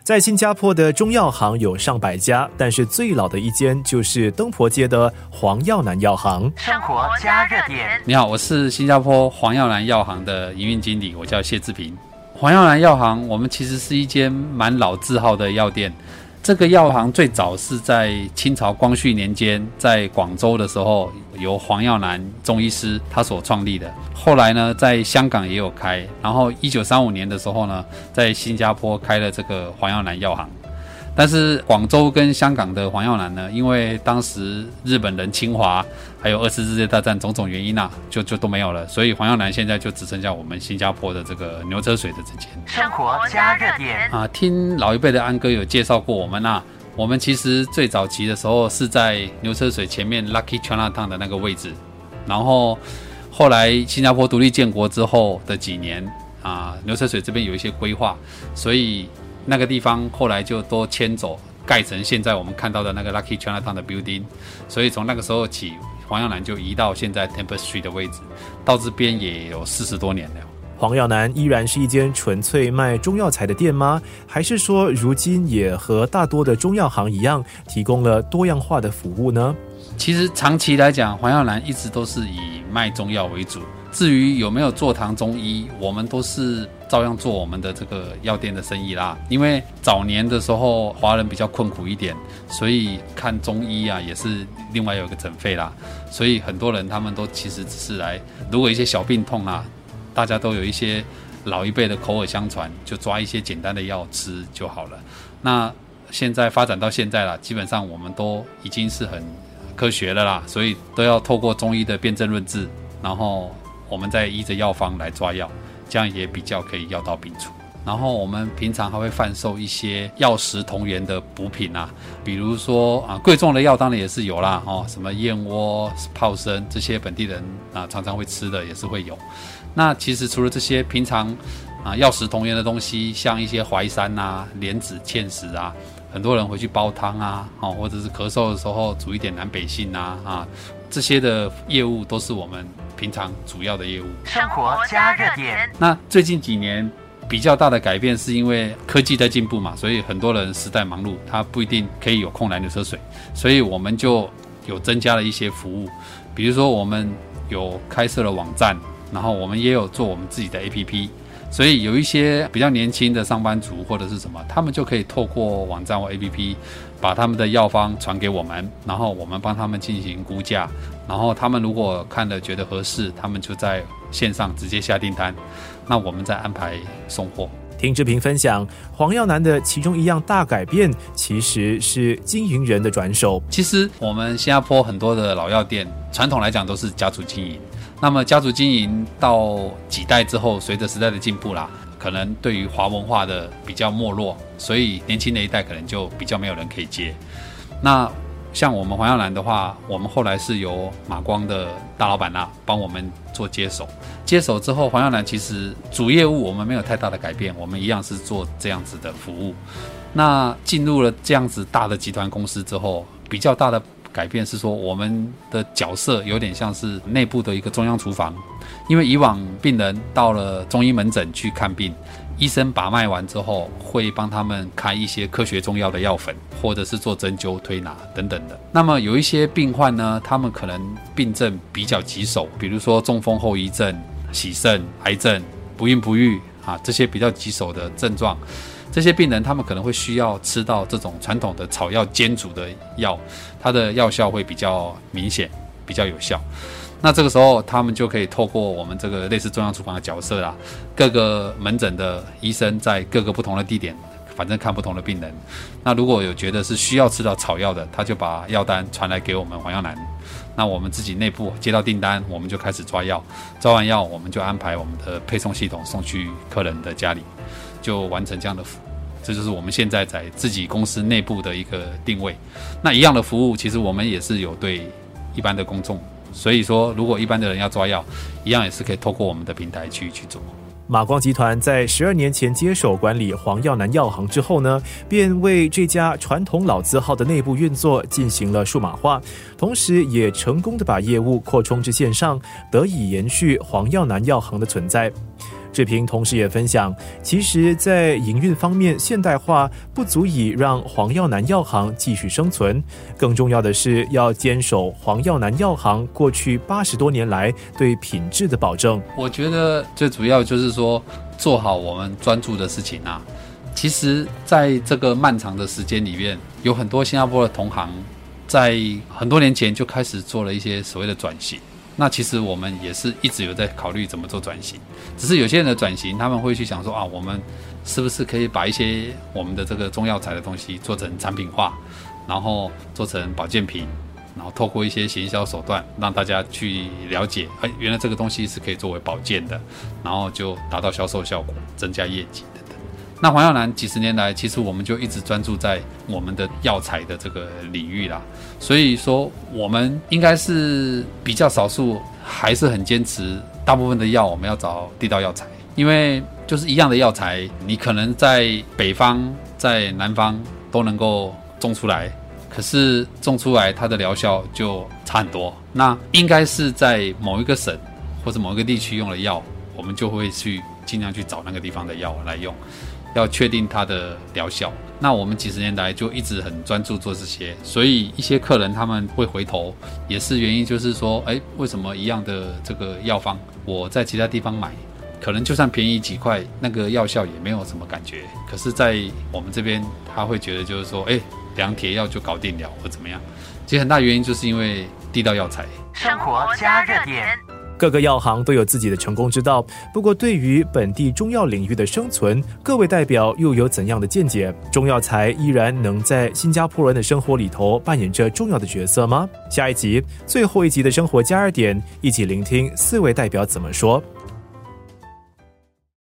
在新加坡的中药行有上百家，但是最老的一间就是登婆街的黄耀南药行。 生活加热点。 你好，我是新加坡黄耀南药行的营运经理，我叫谢志平。黄耀南药行，我们其实是一间蛮老字号的药店。这个药行最早是在清朝光绪年间，在广州的时候，由黄耀南中医师他所创立的。后来呢，在香港也有开，然后1935年的时候呢，在新加坡开了这个黄耀南药行。但是广州跟香港的黄耀南呢，因为当时日本人侵华，还有2次世界大战种种原因啊，就都没有了，所以黄耀南现在就只剩下我们新加坡的这个牛车水的这间。 生活加热点啊，听老一辈的安哥有介绍过我们啊，我们其实最早期的时候是在牛车水前面 Lucky Chinatown 的那个位置，然后后来新加坡独立建国之后的几年啊，牛车水这边有一些规划，所以那个地方后来就都迁走，盖成现在我们看到的那个 Lucky Chinatown 的 building， 所以从那个时候起，黄耀南就移到现在 Temple Street 的位置，到这边也有40多年了。 黄耀南依然是一间纯粹卖中药材的店吗？还是说如今也和大多的中药行一样，提供了多样化的服务呢？ 其实长期来讲，黄耀南一直都是以卖中药为主。至于有没有做堂中医，我们都是照样做我们的这个药店的生意啦。因为早年的时候华人比较困苦一点，所以看中医啊也是另外有一个诊费啦。所以很多人他们都其实只是来，如果一些小病痛啊，大家都有一些老一辈的口耳相传，就抓一些简单的药吃就好了。那现在发展到现在啦，基本上我们都已经是很科学了啦，所以都要透过中医的辨证论治，然后我们再依着药方来抓药，这样也比较可以药到病除。然后我们平常还会贩售一些药食同源的补品啊，比如说啊，贵重的药当然也是有啦，什么燕窝、泡参这些本地人啊常常会吃的也是会有。那其实除了这些平常啊药食同源的东西，像一些淮山啊、莲子、芡实啊，很多人回去煲汤啊，或者是咳嗽的时候煮一点南北杏啊，这些的业务都是我们平常主要的业务。 生活加热点。 那最近几年比较大的改变是因为科技在进步嘛，所以很多人时代忙碌，他不一定可以有空来牛车水，所以我们就有增加了一些服务，比如说我们有开设了网站，然后我们也有做我们自己的 APP， 所以有一些比较年轻的上班族或者是什么，他们就可以透过网站或 APP 把他们的药方传给我们，然后我们帮他们进行估价，然后他们如果看了觉得合适，他们就在线上直接下订单，那我们再安排送货。 听志平分享，黄耀南的其中一样大改变其实是经营人的转手。 其实我们新加坡很多的老药店传统来讲都是家族经营，那么家族经营到几代之后，随着时代的进步啦，可能对于华文化的比较没落，所以年轻的一代可能就比较没有人可以接。那像我们黄耀南的话，我们后来是由马光的大老板帮我们做接手。接手之后，黄耀南其实主业务我们没有太大的改变，我们一样是做这样子的服务。那进入了这样子大的集团公司之后，比较大的改变是说，我们的角色有点像是内部的一个中央厨房。因为以往病人到了中医门诊去看病，医生把脉完之后会帮他们开一些科学中药的药粉，或者是做针灸推拿等等的。那么有一些病患呢，他们可能病症比较棘手，比如说中风后遗症、洗肾、癌症、不孕不育这些比较棘手的症状，这些病人他们可能会需要吃到这种传统的草药煎煮的药，它的药效会比较明显，比较有效。那这个时候他们就可以透过我们这个类似中央厨房的角色各个门诊的医生在各个不同的地点，反正看不同的病人，那如果有觉得是需要吃到草药的，他就把药单传来给我们黄耀南，那我们自己内部接到订单，我们就开始抓药，抓完药我们就安排我们的配送系统送去客人的家里，就完成这样的服务。这就是我们现在在自己公司内部的一个定位。那一样的服务其实我们也是有对一般的公众，所以说如果一般的人要抓药，一样也是可以透过我们的平台去做。 马光集团在12年前接手管理黄耀南药行之后呢，便为这家传统老字号的内部运作进行了数码化，同时也成功的把业务扩充至线上，得以延续黄耀南药行的存在。 志平同时也分享，其实在营运方面现代化不足以让黄耀南药行继续生存，更重要的是要坚守黄耀南药行过去80多年来对品质的保证。 我觉得最主要就是说做好我们专注的事情啊。其实在这个漫长的时间里面，有很多新加坡的同行在很多年前就开始做了一些所谓的转型。那其实我们也是一直有在考虑怎么做转型，只是有些人的转型他们会去想说我们是不是可以把一些我们的这个中药材的东西做成产品化，然后做成保健品，然后透过一些行销手段让大家去了解，原来这个东西是可以作为保健的，然后就达到销售效果，增加业绩等等。那黄耀南几十年来，其实我们就一直专注在我们的药材的这个领域啦，所以说我们应该是比较少数，还是很坚持大部分的药我们要找地道药材，因为就是一样的药材，你可能在北方、在南方都能够种出来，可是种出来它的疗效就差很多。那应该是在某一个省或者某一个地区用的药，我们就会去尽量去找那个地方的药来用，要确定它的疗效。那我们几十年来就一直很专注做这些，所以一些客人他们会回头，也是原因就是说，为什么一样的这个药方，我在其他地方买，可能就算便宜几块，那个药效也没有什么感觉，可是在我们这边他会觉得就是说2帖药就搞定了或怎么样。其实很大原因就是因为地道药材。 生活加热点。 各个药行都有自己的成功之道，不过对于本地中药领域的生存，各位代表又有怎样的见解？中药材依然能在新加坡人的生活里头扮演着重要的角色吗？下一集，最后一集的生活加热点，一起聆听4位代表怎么说。